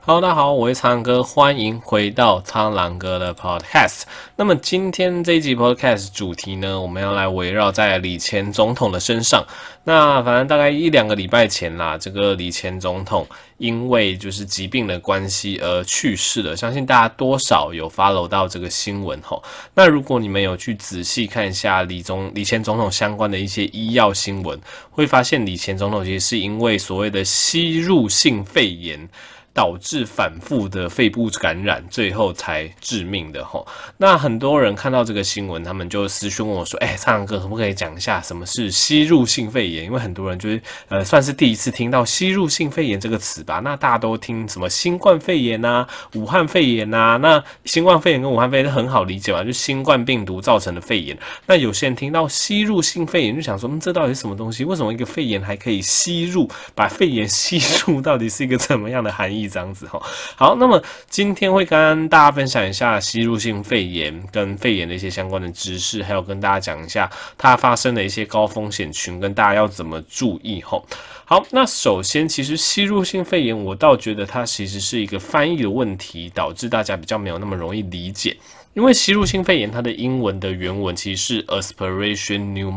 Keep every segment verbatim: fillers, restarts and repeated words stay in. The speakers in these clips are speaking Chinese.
Hello，大家好，我是苍狼哥，欢迎回到苍狼哥的 Podcast。那么今天这一集 Podcast 主题呢，我们要来围绕在李前总统的身上。那反正大概一两个礼拜前啦，这个李前总统因为就是疾病的关系而去世了，相信大家多少有 follow 到这个新闻吼。那如果你们有去仔细看一下李总李前总统相关的一些医药新闻，会发现李前总统其实是因为所谓的吸入性肺炎导致反复的肺部感染，最后才致命的吼。那很多人看到这个新闻，他们就私讯问我说：“哎、欸，苍狼哥，可不可以讲一下什么是吸入性肺炎？”因为很多人就是呃，算是第一次听到吸入性肺炎这个词吧。那大家都听什么新冠肺炎啊、武汉肺炎啊。那新冠肺炎跟武汉肺炎很好理解嘛，就新冠病毒造成的肺炎。那有些人听到吸入性肺炎，就想说：“嗯，这到底是什么东西？为什么一个肺炎还可以吸入？把肺炎吸入，到底是一个怎么样的含义？”这样子哈，好，那么今天会跟大家分享一下吸入性肺炎跟肺炎的一些相关的知识，还有跟大家讲一下它发生的一些高风险群，跟大家要怎么注意哈。好，那首先，其实吸入性肺炎，我倒觉得它其实是一个翻译的问题，导致大家比较没有那么容易理解。因为吸入性肺炎，它的英文的原文其实是 aspiration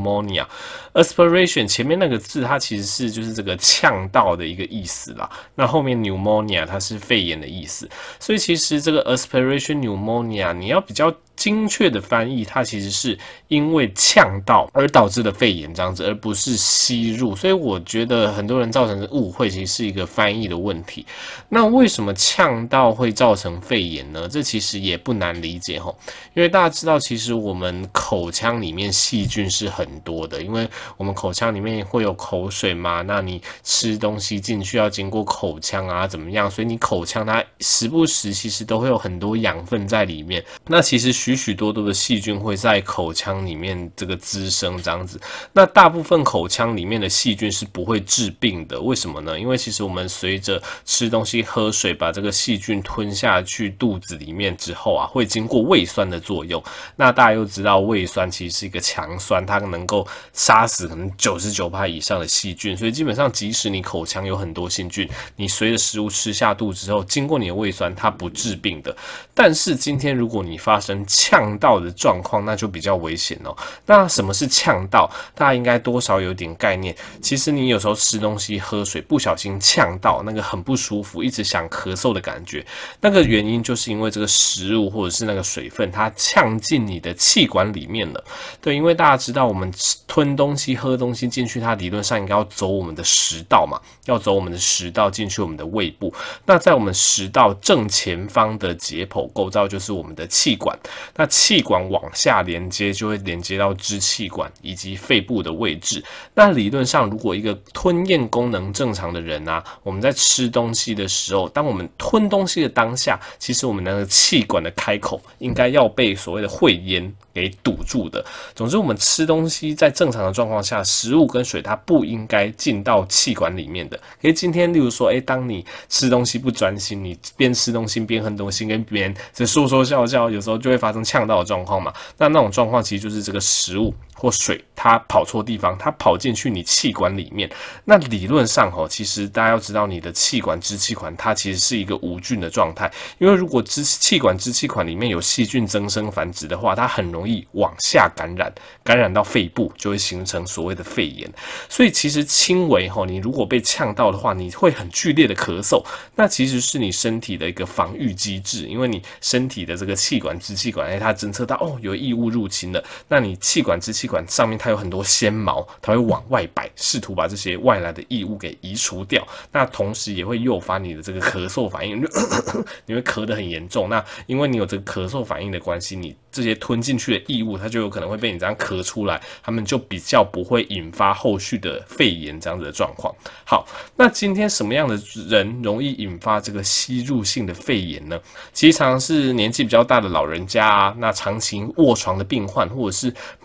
pneumonia。aspiration 前面那个字，它其实是就是这个呛到的一个意思啦。那后面 pneumonia 它是肺炎的意思，所以其实这个 aspiration pneumonia 你要比较精确的翻译，它其实是因为呛到而导致的肺炎这样子，而不是吸入。所以我觉得很多人造成的误会，其实是一个翻译的问题。那为什么呛到会造成肺炎呢？这其实也不难理解吼，因为大家知道，其实我们口腔里面细菌是很多的，因为我们口腔里面会有口水嘛，那你吃东西进去要经过口腔啊，怎么样？所以你口腔它时不时其实都会有很多养分在里面。那其实许许多多的细菌会在口腔里面这个滋生这样子。那大部分口腔里面的细菌是不会致病的，为什么呢？因为其实我们随着吃东西、喝水，把这个细菌吞下去肚子里面之后啊，会经过胃酸的作用。那大家又知道，胃酸其实是一个强酸，它能够杀死可能 百分之九十九 以上的细菌，所以基本上即使你口腔有很多细菌，你随着食物吃下肚之后，经过你的胃酸，它不致病的。但是今天如果你发生呛到的状况，那就比较危险哦。那什么是呛到？大家应该多少有点概念。其实你有时候吃东西、喝水，不小心呛到，那个很不舒服，一直想咳嗽的感觉，那个原因就是因为这个食物或者是那个水分，它呛进你的气管里面了。对，因为大家知道，我们吞东西、喝东西进去，它理论上应该要走我们的食道嘛，要走我们的食道进去我们的胃部。那在我们食道正前方的解剖构造就是我们的气管。那气管往下连接，就会连接到支气管以及肺部的位置。那理论上，如果一个吞咽功能正常的人啊，我们在吃东西的时候，当我们吞东西的当下，其实我们那个气管的开口应该要被所谓的会咽给堵住的。总之，我们吃东西在正常的状况下，食物跟水它不应该进到气管里面的。可是今天，例如说，哎，当你吃东西不专心，你边吃东西边哼东西，跟别人在说说笑笑，有时候就会发生呛到的状况嘛。那那种状况其实就是这个食物或水它跑错地方，它跑进去你气管里面。那理论上吼，其实大家要知道，你的气管、支气管它其实是一个无菌的状态，因为如果支气管、支气管里面有细菌增生繁殖的话，它很容易往下感染，感染到肺部，就会形成所谓的肺炎。所以其实轻微吼，你如果被呛到的话，你会很剧烈的咳嗽，那其实是你身体的一个防御机制，因为你身体的这个气管、支气管，哎，它侦测到哦有异物入侵了，那你气管、支气管上面它有很多纤毛，它会往外摆，试图把这些外来的异物给移除掉。那同时也会诱发你的这个咳嗽反应，你会咳得很严重。那因为你有这个咳嗽反应的关系，你这些吞进去的异物，它就有可能会被你这样咳出来，它们就比较不会引发后续的肺炎这样子的状况。好，那今天什么样的人容易引发这个吸入性的肺炎呢？其实常常是年纪比较大的老人家啊，那长期卧床的病患，或者是慢性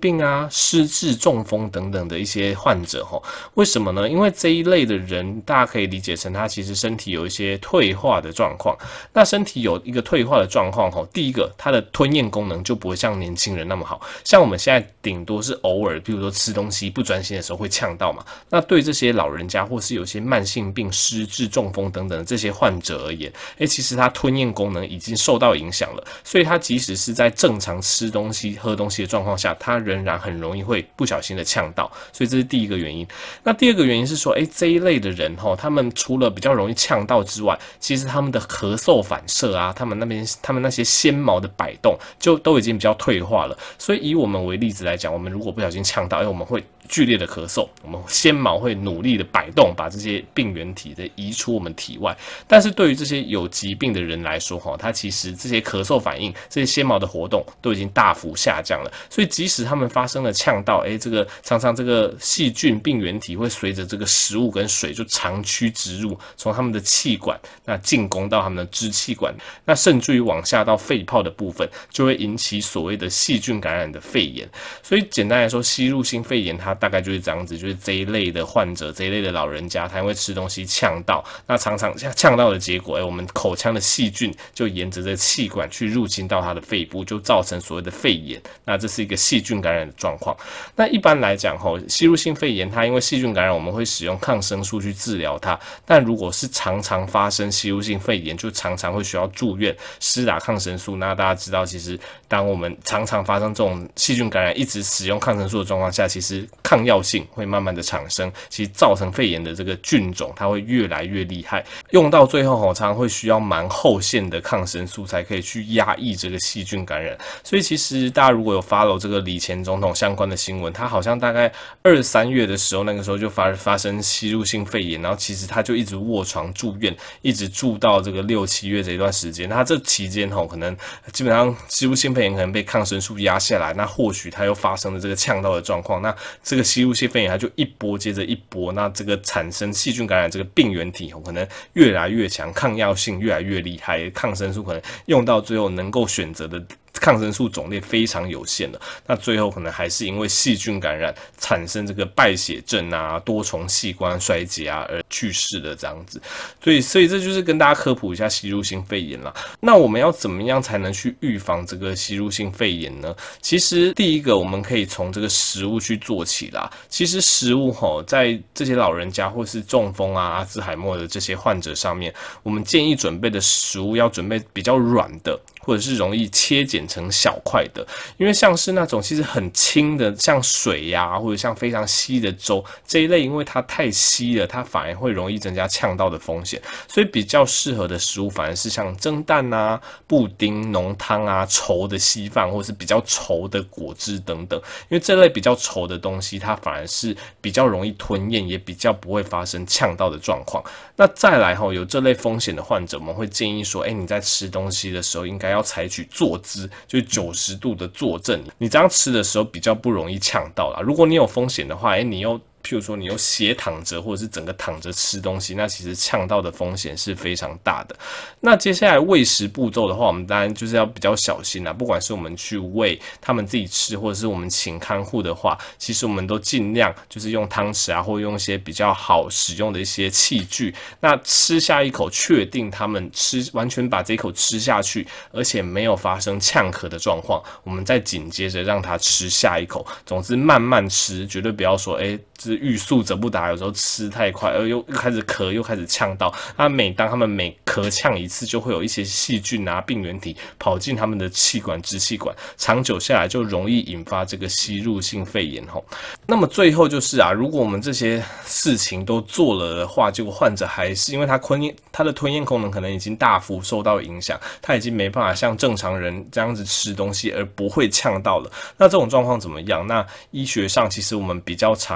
病啊、失智、中风等等的一些患者吼。为什么呢？因为这一类的人，大家可以理解成他其实身体有一些退化的状况。那身体有一个退化的状况吼，第一个，他的吞咽功能就不会像年轻人那么好。像我们现在顶多是偶尔，比如说吃东西不专心的时候会呛到嘛。那对这些老人家或是有些慢性病、失智、中风等等的这些患者而言，诶，其实他吞咽功能已经受到影响了，所以他即使是在正常吃东西、喝东西的状况下，他仍然很容易会不小心的呛到。所以这是第一个原因。那第二个原因是说，诶，这一类的人吼，他们除了比较容易呛到之外，其实他们的咳嗽反射啊，他们那边他们那些纤毛的摆动，就都已经比较退化了。所以以我们为例子来讲，我们如果不小心呛到，诶，我们会剧烈的咳嗽，我们纤毛会努力的摆动，把这些病原体的移出我们体外。但是对于这些有疾病的人来说，哈，他其实这些咳嗽反应、这些纤毛的活动都已经大幅下降了。所以即使他们发生了呛到，哎，这个常常这个细菌病原体会随着这个食物跟水就长驱直入，从他们的气管那进攻到他们的支气管，那甚至于往下到肺泡的部分，就会引起所谓的细菌感染的肺炎。所以简单来说，吸入性肺炎它大概就是这样子，就是这一类的患者，这一类的老人家，他因为吃东西呛到，那常常呛到的结果，哎，我们口腔的细菌就沿着这个气管去入侵到他的肺部，就造成所谓的肺炎。那这是一个细菌感染的状况。那一般来讲，吼，吸入性肺炎，它因为细菌感染，我们会使用抗生素去治疗它。但如果是常常发生吸入性肺炎，就常常会需要住院施打抗生素。那大家知道，其实当我们常常发生这种细菌感染，一直使用抗生素的状况下，其实抗药性会慢慢的产生，其实造成肺炎的这个菌种，它会越来越厉害。用到最后，常常会需要蛮后线的抗生素才可以去压抑这个细菌感染。所以其实大家如果有 follow 这个李前总统相关的新闻，他好像大概二三月的时候，那个时候就发发生吸入性肺炎，然后其实他就一直卧床住院，一直住到这个六七月这一段时间。他这期间吼，可能基本上吸入性肺炎可能被抗生素压下来，那或许他又发生了这个呛到的状况，那这个吸入性肺炎它就一波接着一波，那这个产生细菌感染这个病原体可能越来越强，抗药性越来越厉害，抗生素可能用到最后能够选择的抗生素种类非常有限了，那最后可能还是因为细菌感染产生这个败血症啊、多重器官衰竭啊而去世的这样子。所以，所以这就是跟大家科普一下吸入性肺炎啦。那我们要怎么样才能去预防这个吸入性肺炎呢？其实第一个，我们可以从这个食物去做起啦。其实食物吼，在这些老人家或是中风啊、阿兹海默的这些患者上面，我们建议准备的食物要准备比较软的，或者是容易切剪成小块的，因为像是那种其实很轻的，像水呀、啊，或者像非常稀的粥这一类，因为它太稀了，它反而会容易增加呛到的风险。所以比较适合的食物反而是像蒸蛋啊、布丁、浓汤啊、稠的稀饭，或者是比较稠的果汁等等。因为这类比较稠的东西，它反而是比较容易吞咽，也比较不会发生呛到的状况。那再来吼，有这类风险的患者，我们会建议说，哎，你在吃东西的时候应该要采取坐姿，就是九十度的坐正，你这样吃的时候比较不容易呛到啦。如果你有风险的话，哎，你又譬如说你又斜躺着或者是整个躺着吃东西，那其实呛到的风险是非常大的。那接下来喂食步骤的话，我们当然就是要比较小心啦。不管是我们去喂他们自己吃，或者是我们请看护的话，其实我们都尽量就是用汤匙啊，或用一些比较好使用的一些器具。那吃下一口，确定他们吃完全把这一口吃下去，而且没有发生呛咳的状况，我们再紧接着让他吃下一口。总之慢慢吃，绝对不要说哎。就是欲速则不达，有时候吃太快，而又又开始咳，又开始呛到。那每当他们每咳呛一次，就会有一些细菌啊、病原体跑进他们的气管、支气管，长久下来就容易引发这个吸入性肺炎吼。那么最后就是啊，如果我们这些事情都做了的话，结果患者还是因为他吞咽他的吞咽功能可能已经大幅受到影响，他已经没办法像正常人这样子吃东西而不会呛到了。那这种状况怎么样？那医学上其实我们比较常，例如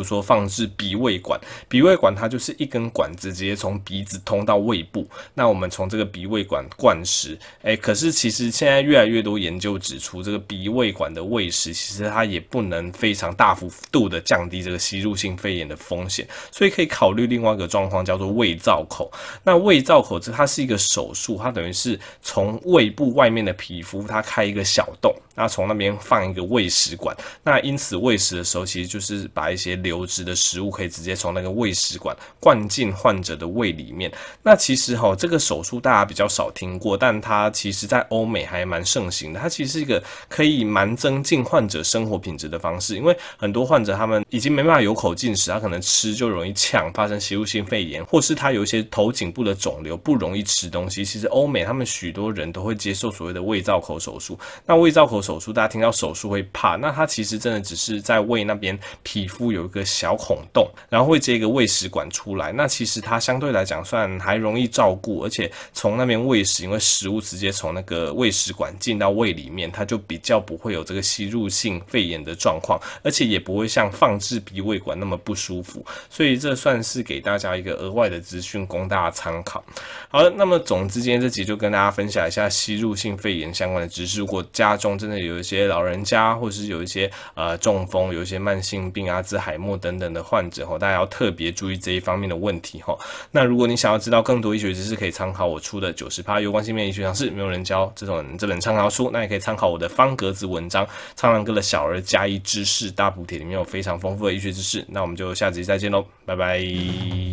说放置鼻胃管，鼻胃管它就是一根管子直接从鼻子通到胃部，那我们从这个鼻胃管灌食，哎，可是其实现在越来越多研究指出，这个鼻胃管的喂食其实它也不能非常大幅度的降低这个吸入性肺炎的风险，所以可以考虑另外一个状况叫做胃造口。那胃造口这它是一个手术，它等于是从胃部外面的皮肤它开一个小洞，那从那边放一个胃食管，那因此喂食的时候其实就是把一些流质的食物可以直接从那个胃食管灌进患者的胃里面。那其实齁这个手术大家比较少听过，但它其实在欧美还蛮盛行的，它其实是一个可以蛮增进患者生活品质的方式，因为很多患者他们已经没办法有口进食，他可能吃就容易呛，发生吸入性肺炎，或是他有一些头颈部的肿瘤不容易吃东西，其实欧美他们许多人都会接受所谓的胃造口手术。那胃造口手术大家听到手术会怕，那它其实真的只是在胃那边皮肤有一个小孔洞，然后会接一个胃食管出来，那其实它相对来讲算还容易照顾，而且从那边喂食，因为食物直接从那个胃食管进到胃里面，它就比较不会有这个吸入性肺炎的状况，而且也不会像放置鼻胃管那么不舒服，所以这算是给大家一个额外的资讯供大家参考。好了，那么总之今天这集就跟大家分享一下吸入性肺炎相关的知识。如果家中真的有一些老人家，或是有一些呃中风，有一些慢性病、阿兹海默等等的患者，大家要特别注意这一方面的问题。那如果你想要知道更多医学知识，可以参考我出的 百分之九十 有关性病医学常识没有人教这种这本畅销书，那也可以参考我的方格子文章《苍狼哥的小儿加一知识大补帖》，里面有非常丰富的医学知识。那我们就下集再见喽，拜拜。